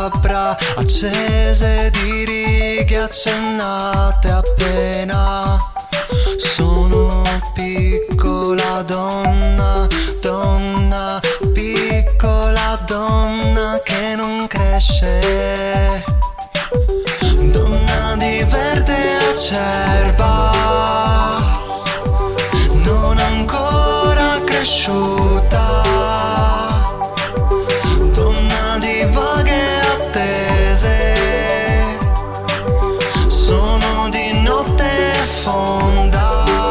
labbra accese di righe accennate appena. Sono piccola donna, donna, piccola donna che non cresce, donna di verde acerba, non ancora cresciuta, donna di vaghe attese, sono di notte fonda,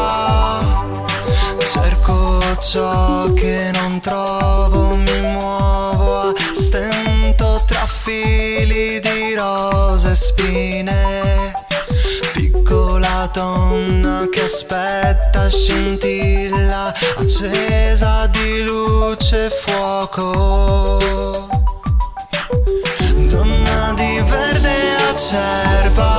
cerco ciò che non trovo, mi muovo a stento tra fili di rose e spine. Piccola donna che aspetta, scintilla accesa di luce e fuoco, donna di verde acerba,